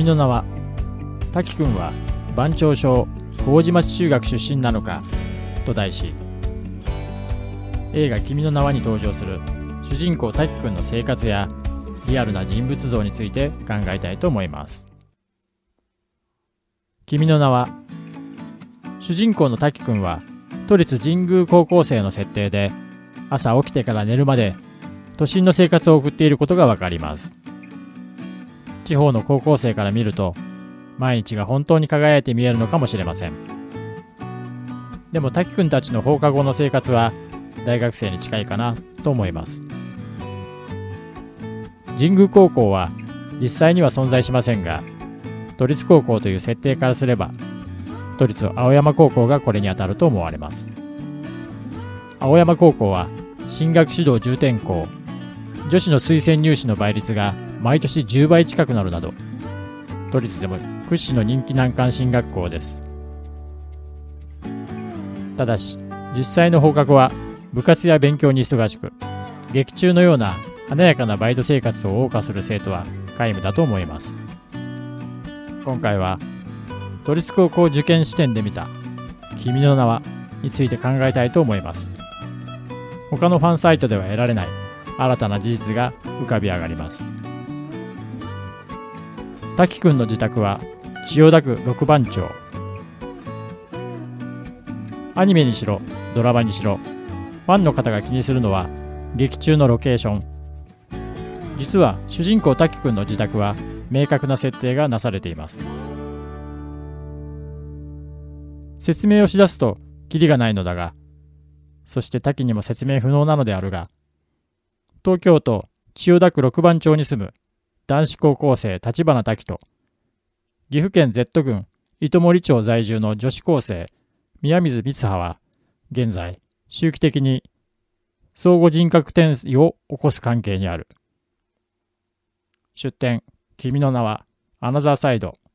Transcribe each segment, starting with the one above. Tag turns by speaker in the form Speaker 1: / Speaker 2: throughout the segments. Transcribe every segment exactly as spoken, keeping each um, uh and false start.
Speaker 1: の名は。滝くんは番町小麹町中学出身なのかと題し、映画君の名はに登場する主人公滝くんの生活やリアルな人物像について考えたいと思います。君の名は。主人公の滝くんは都立神宮高校生の設定で、朝起きてから寝るまで都心の生活を送っていることがわかります。地方の高校生から見ると毎日が本当に輝いて見えるのかもしれません。でも滝くんたちの放課後の生活は大学生に近いかなと思います。神宮高校は実際には存在しませんが、都立高校という設定からすれば都立青山高校がこれにあたると思われます。青山高校は進学指導重点校、女子の推薦入試の倍率が毎年じゅうばい近くなるなど、都立でも屈指の人気難関進学校です。ただし実際の放課後は部活や勉強に忙しく、劇中のような華やかなバイト生活を謳歌する生徒は皆無だと思います。今回は都立高校受験視点で見た君の名はについて考えたいと思います。他のファンサイトでは得られない新たな事実が浮かび上がります。滝くんの自宅は千代田区六番町。アニメにしろドラマにしろ、ファンの方が気にするのは劇中のロケーション。実は主人公滝くんの自宅は明確な設定がなされています。説明をしだすとキリがないのだが、そして滝にも説明不能なのであるが、東京都千代田区六番町に住む男子高校生立花滝と、岐阜県 Z 郡糸守町在住の女子高生宮水光葉は現在周期的に相互人格転移を起こす関係にある。出典君の名はアナザーサイド。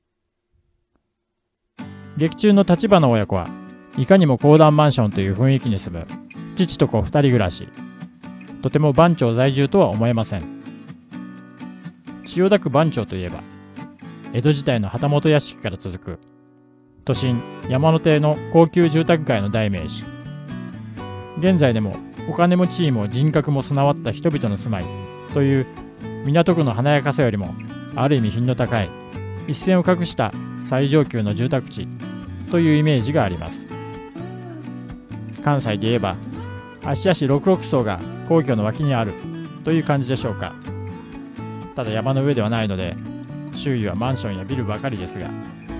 Speaker 1: 劇中の立花親子はいかにも公団マンションという雰囲気に住む父と子二人暮らし。とても番町在住とは思えません。千代田区番町といえば江戸時代の旗本屋敷から続く都心山手の高級住宅街の代名詞。現在でもお金持ちにも人格も備わった人々の住まいという港区の華やかさよりもある意味品の高い一線を画した最上級の住宅地というイメージがあります。関西で言えば芦屋市六麓荘が皇居の脇にあるという感じでしょうか。ただ山の上ではないので周囲はマンションやビルばかりですが、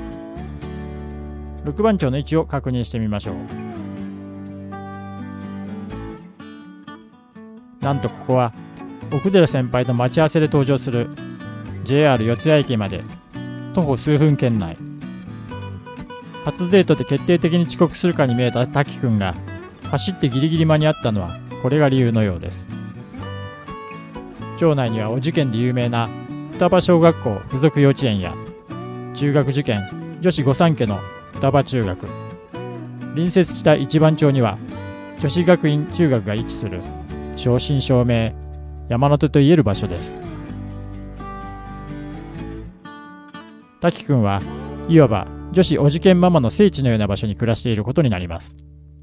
Speaker 1: 六番町の位置を確認してみましょう。なんとここは奥寺先輩と待ち合わせで登場する ジェイアール 四ツ谷駅まで徒歩数分圏内。初デートで決定的に遅刻するかに見えた滝くんが走ってギリギリ間に合ったのはこれが理由のようです。町内にはお受験で有名な双葉小学校附属幼稚園や中学受験女子御三家の双葉中学、隣接した一番町には女子学院中学が位置する正真正銘山手といえる場所です。滝くんはいわば女子お受験ママの聖地のような場所に暮らしていることになります。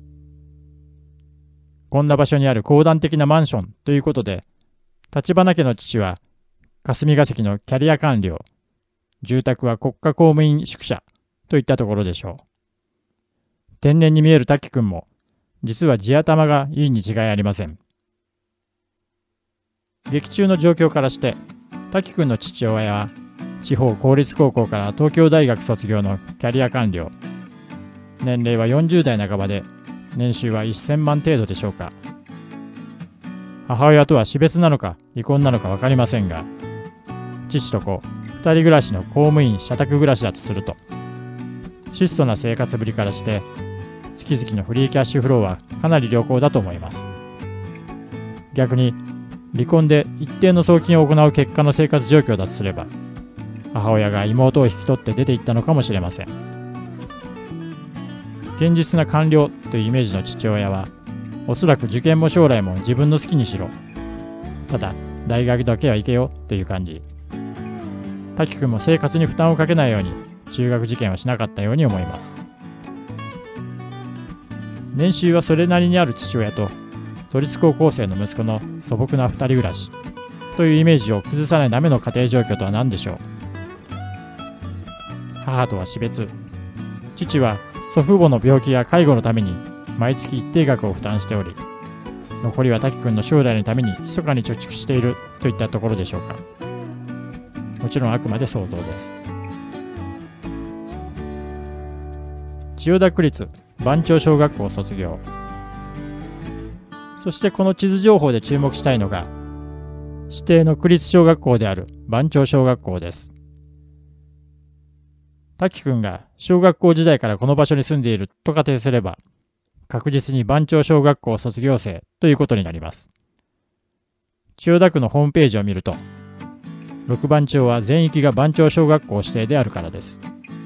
Speaker 1: こんな場所にある公団的なマンションということで、立花家の父は霞が関のキャリア官僚、住宅は国家公務員宿舎といったところでしょう。天然に見える滝くんも実は地頭がいいに違いありません。劇中の状況からして滝くんの父親は地方公立高校から東京大学卒業のキャリア官僚、年齢はよんじゅう代半ばで年収はせんまん程度でしょうか。母親とは死別なのか離婚なのか分かりませんが、父と子ふたり暮らしの公務員社宅暮らしだとすると、質素な生活ぶりからして月々のフリーキャッシュフローはかなり良好だと思います。逆に離婚で一定の送金を行う結果の生活状況だとすれば、母親が妹を引き取って出て行ったのかもしれません。堅実な官僚というイメージの父親はおそらく受験も将来も自分の好きにしろ、ただ大学だけは行けよという感じ。 滝くんも生活に負担をかけないように中学受験をしなかったように思います。年収はそれなりにある父親と都立高校生の息子の素朴なふたり暮らしというイメージを崩さないための家庭状況とは何でしょう。母とは死別、父は祖父母の病気や介護のために毎月一定額を負担しており、残りは滝くんの将来のために密かに貯蓄しているといったところでしょうか。もちろんあくまで想像です。千代田区立番町小学校卒業。そしてこの地図情報で注目したいのが指定の区立小学校である番町小学校です。滝くんが小学校時代からこの場所に住んでいると仮定すれば、確実に番町小学校卒業生ということになります。千代田区のホームページを見ると、ろく番町は全域が番町小学校指定であるからです。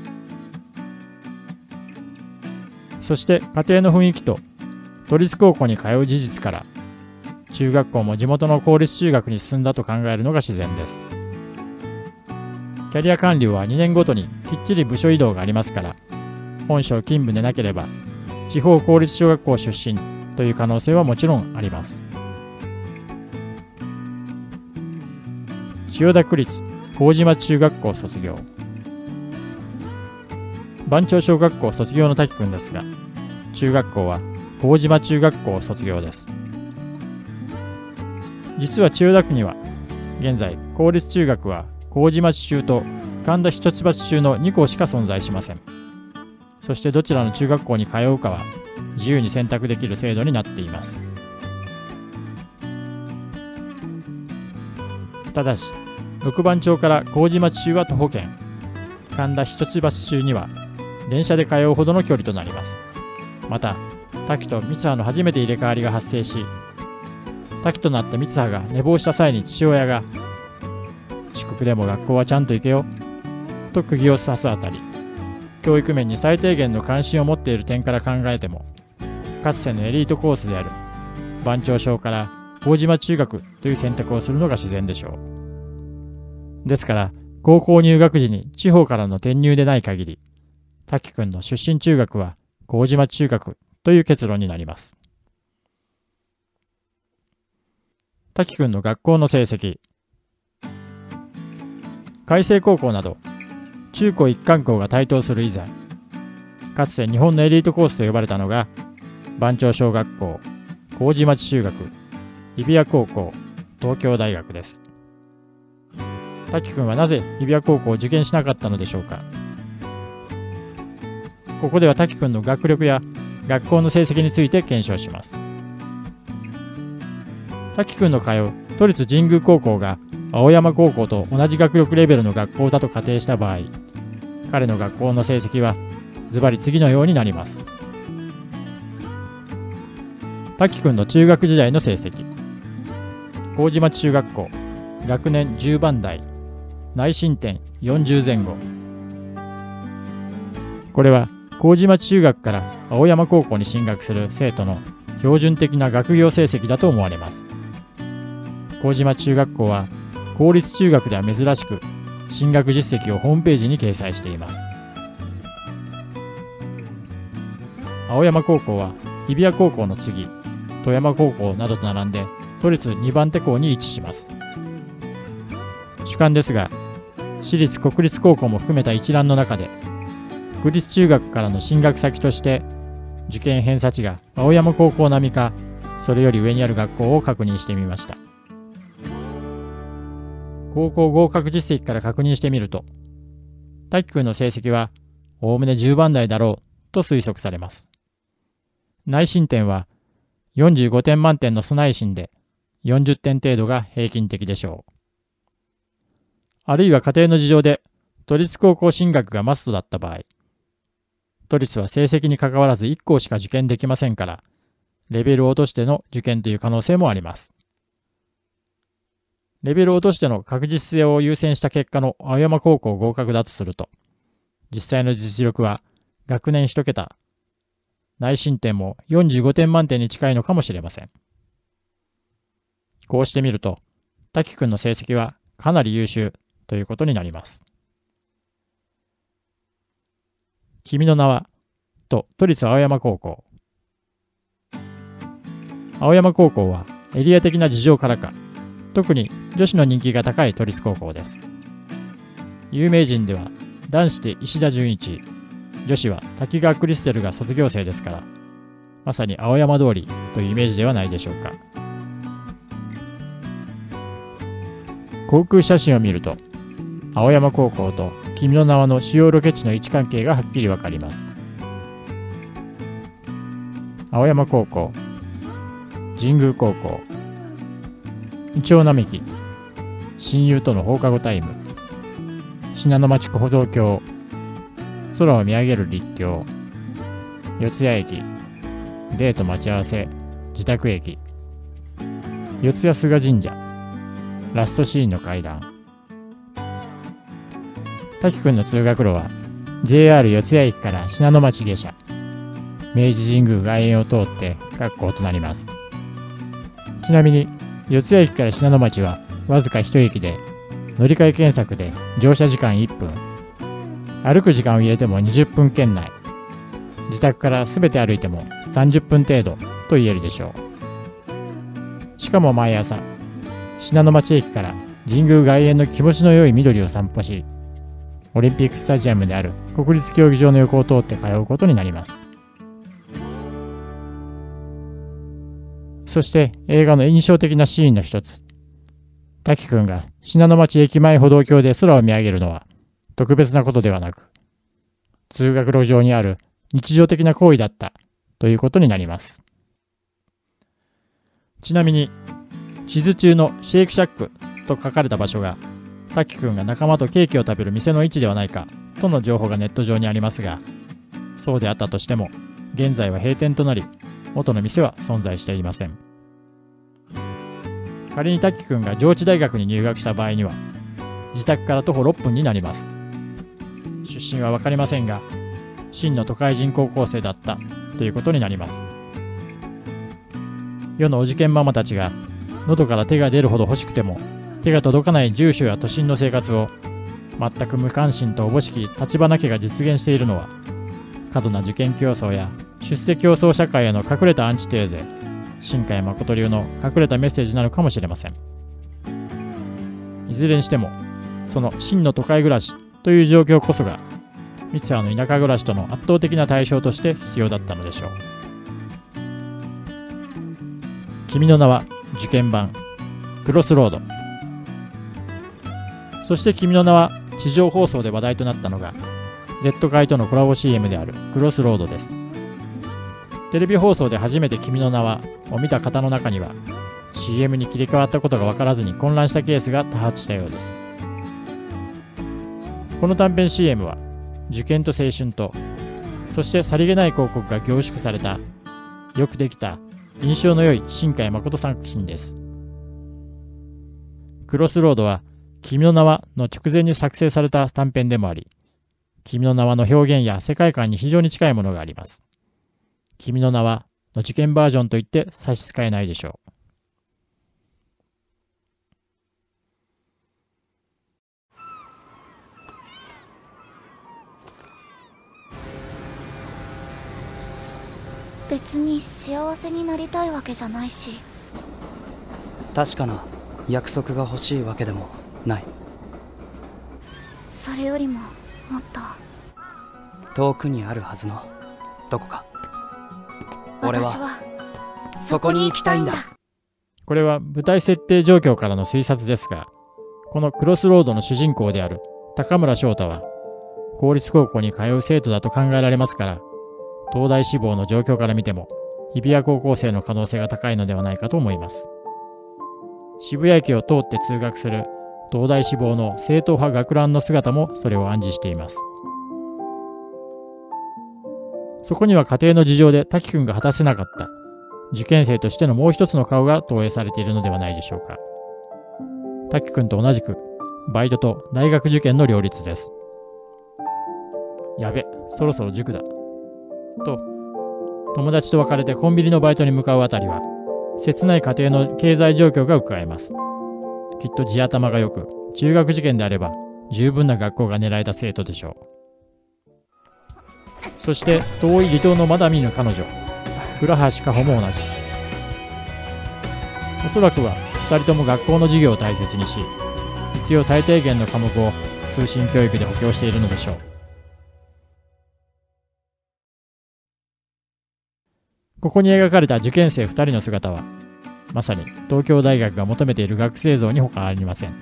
Speaker 1: そして家庭の雰囲気と都立高校に通う事実から、中学校も地元の公立中学に進んだと考えるのが自然です。キャリア官僚はにねんごとにきっちり部署異動がありますから、本省勤務でなければ地方公立小学校出身という可能性はもちろんあります。千代田区立麹町中学校卒業。番町小学校卒業の滝くんですが、中学校は麹町中学校卒業です。実は千代田区には現在公立中学は麹町中と神田一橋中のに校しか存在しません。そしてどちらの中学校に通うかは自由に選択できる制度になっています。ただしろく番町から麹町中は徒歩圏、神田一橋中には電車で通うほどの距離となります。また滝と三葉の初めて入れ替わりが発生し、滝となった三葉が寝坊した際に父親が遅刻でも学校はちゃんと行けよと釘を刺すあたり、教育面に最低限の関心を持っている点から考えても、かつてのエリートコースである番町小から麹町中学という選択をするのが自然でしょう。ですから高校入学時に地方からの転入でない限り、滝くんの出身中学は麹町中学という結論になります。滝くんの学校の成績。開成高校など中高一貫校が台頭する以前、かつて日本のエリートコースと呼ばれたのが番町小学校、麹町中学、日比谷高校、東京大学です。滝くんはなぜ日比谷高校を受験しなかったのでしょうか。ここでは滝くんの学力や学校の成績について検証します。滝くんの通う都立神宮高校が青山高校と同じ学力レベルの学校だと仮定した場合、彼の学校の成績はズバリ次のようになります。滝くんの中学時代の成績。麹町中学校、学年じゅうばん台、内申点よんじゅう前後。これは麹町中学から青山高校に進学する生徒の標準的な学業成績だと思われます。麹町中学校は公立中学では珍しく進学実績をホームページに掲載しています。青山高校は日比谷高校の次、富山高校などと並んで都立にばん手校に位置します。主観ですが、私立国立高校も含めた一覧の中で、国立中学からの進学先として受験偏差値が青山高校並みかそれより上にある学校を確認してみました。高校合格実績から確認してみると、滝くんの成績はおおむねじゅうばん台だろうと推測されます。内申点はよんじゅうごてん満点の素内申でよんじゅってん程度が平均的でしょう。あるいは家庭の事情で都立高校進学がマストだった場合、都立は成績にかかわらずいっ校しか受験できませんから、レベルを落としての受験という可能性もあります。レベルを落としての確実性を優先した結果の青山高校合格だとすると、実際の実力は学年一桁、内申点もよんじゅうごてん満点に近いのかもしれません。こうしてみると、滝くんの成績はかなり優秀ということになります。君の名はと都立青山高校。青山高校はエリア的な事情からか、特に女子の人気が高い都立高校です。有名人では男子で石田純一、女子は滝川クリステルが卒業生ですから、まさに青山通りというイメージではないでしょうか。航空写真を見ると、青山高校と君の名はの主要ロケ地の位置関係がはっきりわかります。青山高校、神宮高校、イチョウ並木、親友との放課後タイム、信濃町歩道橋、空を見上げる立教、四ツ谷駅、デート待ち合わせ、自宅駅、四谷菅神社、ラストシーンの階段。滝くんの通学路は ジェイアール 四ツ谷駅から信濃町下車、明治神宮外苑を通って学校となります。ちなみに四ツ谷駅から信濃町はわずか一駅で、乗り換え検索で乗車時間いっぷん、歩く時間を入れてもにじゅっぷん圏内、自宅からすべて歩いてもさんじゅっぷん程度と言えるでしょう。しかも毎朝、信濃町駅から神宮外苑の気持ちの良い緑を散歩し、オリンピックスタジアムである国立競技場の横を通って通うことになります。そして映画の印象的なシーンの一つ、滝くんが信濃町駅前歩道橋で空を見上げるのは特別なことではなく、通学路上にある日常的な行為だったということになります。ちなみに地図中のシェイクシャックと書かれた場所が、滝くんが仲間とケーキを食べる店の位置ではないかとの情報がネット上にありますが、そうであったとしても現在は閉店となり、元の店は存在していません。仮に滝くんが上智大学に入学した場合には、自宅から徒歩ろっぷんになります。出身は分かりませんが、真の都会人高校生だったということになります。世のお受験ママたちが喉から手が出るほど欲しくても手が届かない住所や都心の生活を全く無関心とおぼしき立花家が実現しているのは、過度な受験競争や出世競争社会への隠れたアンチテーゼ、新海誠流の隠れたメッセージなのかもしれません。いずれにしても、その真の都会暮らしという状況こそが三葉の田舎暮らしとの圧倒的な対象として必要だったのでしょう。君の名は受験版クロスロード。そして君の名は地上放送で話題となったのが Z 界とのコラボ シーエム であるクロスロードです。テレビ放送で初めて君の名はを見た方の中には シーエム に切り替わったことが分からずに混乱したケースが多発したようです。この短編 シーエム は受験と青春と、そしてさりげない広告が凝縮されたよくできた印象の良い新海誠作品です。クロスロードは君の名はの直前に作成された短編でもあり、君の名はの表現や世界観に非常に近いものがあります。君の名はの受験バージョンといって差し支えないでしょう。
Speaker 2: 別に幸せになりたいわけじゃないし、
Speaker 3: 確かな約束が欲しいわけでもない。
Speaker 2: それよりももっと
Speaker 3: 遠くにあるはずのどこか、俺はそこに行きたいんだ。
Speaker 1: これは舞台設定状況からの推察ですが、このクロスロードの主人公である高村翔太は公立高校に通う生徒だと考えられますから、東大志望の状況から見ても日比谷高校生の可能性が高いのではないかと思います。渋谷駅を通って通学する東大志望の正統派学ランの姿もそれを暗示しています。そこには家庭の事情で滝くんが果たせなかった受験生としてのもう一つの顔が投影されているのではないでしょうか。滝くんと同じくバイトと大学受験の両立です。やべ、そろそろ塾だと友達と別れてコンビニのバイトに向かうあたりは、切ない家庭の経済状況がうかがえます。きっと地頭がよく中学受験であれば十分な学校が狙えた生徒でしょう。そして遠い離島のまだ見ぬ彼女倉橋香穂も同じ。おそらくはふたりとも学校の授業を大切にし、必要最低限の科目を通信教育で補強しているのでしょう。ここに描かれた受験生ふたりの姿は、まさに東京大学が求めている学生像に他ありません。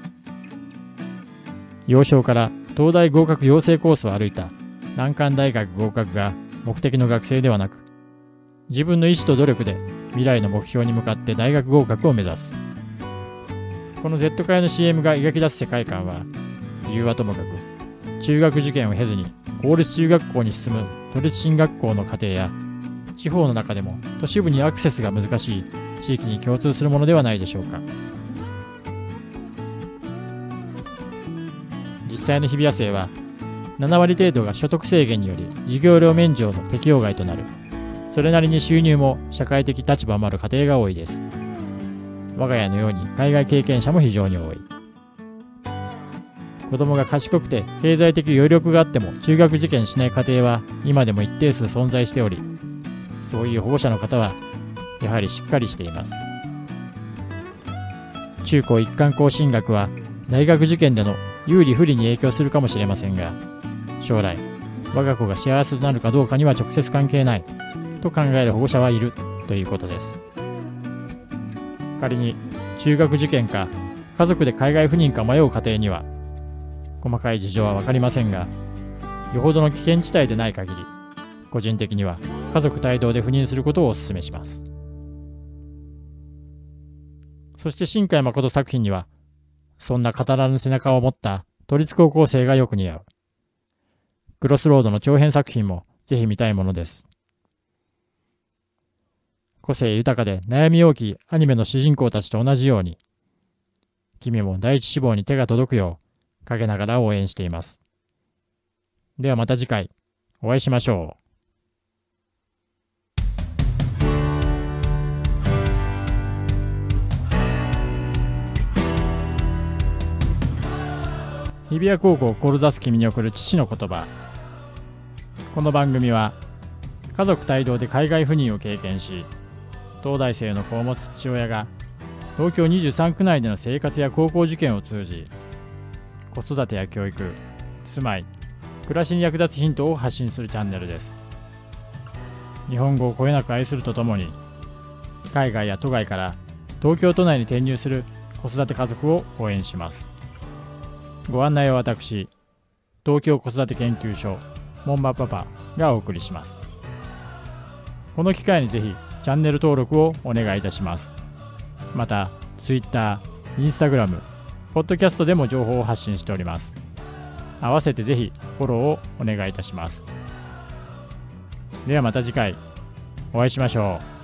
Speaker 1: 幼少から東大合格養成コースを歩いた難関大学合格が目的の学生ではなく、自分の意志と努力で未来の目標に向かって大学合格を目指す。この Z 界の シーエム が描き出す世界観は、理由はともかく、中学受験を経ずに公立中学校に進む都立進学校の家庭や、地方の中でも都市部にアクセスが難しい地域に共通するものではないでしょうか。実際の日比谷生はななわり程度が所得制限により授業料免除の適用外となる。それなりに収入も社会的立場もある家庭が多いです。我が家のように海外経験者も非常に多い。子供が賢くて経済的余力があっても中学受験しない家庭は今でも一定数存在しており、そういう保護者の方はやはりしっかりしています。中高一貫校進学は大学受験での有利不利に影響するかもしれませんが、将来我が子が幸せとなるかどうかには直接関係ないと考える保護者はいるということです。仮に中学受験か家族で海外赴任か迷う家庭には細かい事情は分かりませんが、よほどの危険地帯でない限り個人的には家族帯同で赴任することをお勧めします。そして新海誠作品にはそんな語らぬ背中を持った都立高校生がよく似合う。クロスロードの長編作品もぜひ見たいものです。個性豊かで悩み大きいアニメの主人公たちと同じように、君も第一志望に手が届くよう陰ながら応援しています。ではまた次回お会いしましょう。日比谷高校を志す君に送る父の言葉。この番組は家族帯同で海外赴任を経験し、東大生の子を持つ父親が東京にじゅうさんく内での生活や高校受験を通じ、子育てや教育、住まい、暮らしに役立つヒントを発信するチャンネルです。日本語をこよなく愛するとともに、海外や都外から東京都内に転入する子育て家族を応援します。ご案内は私、東京子育て研究所モンバパパがお送りします。この機会にぜひチャンネル登録をお願いいたします。また、Twitter、Instagram、ポッドキャストでも情報を発信しております。合わせてぜひフォローをお願いいたします。ではまた次回お会いしましょう。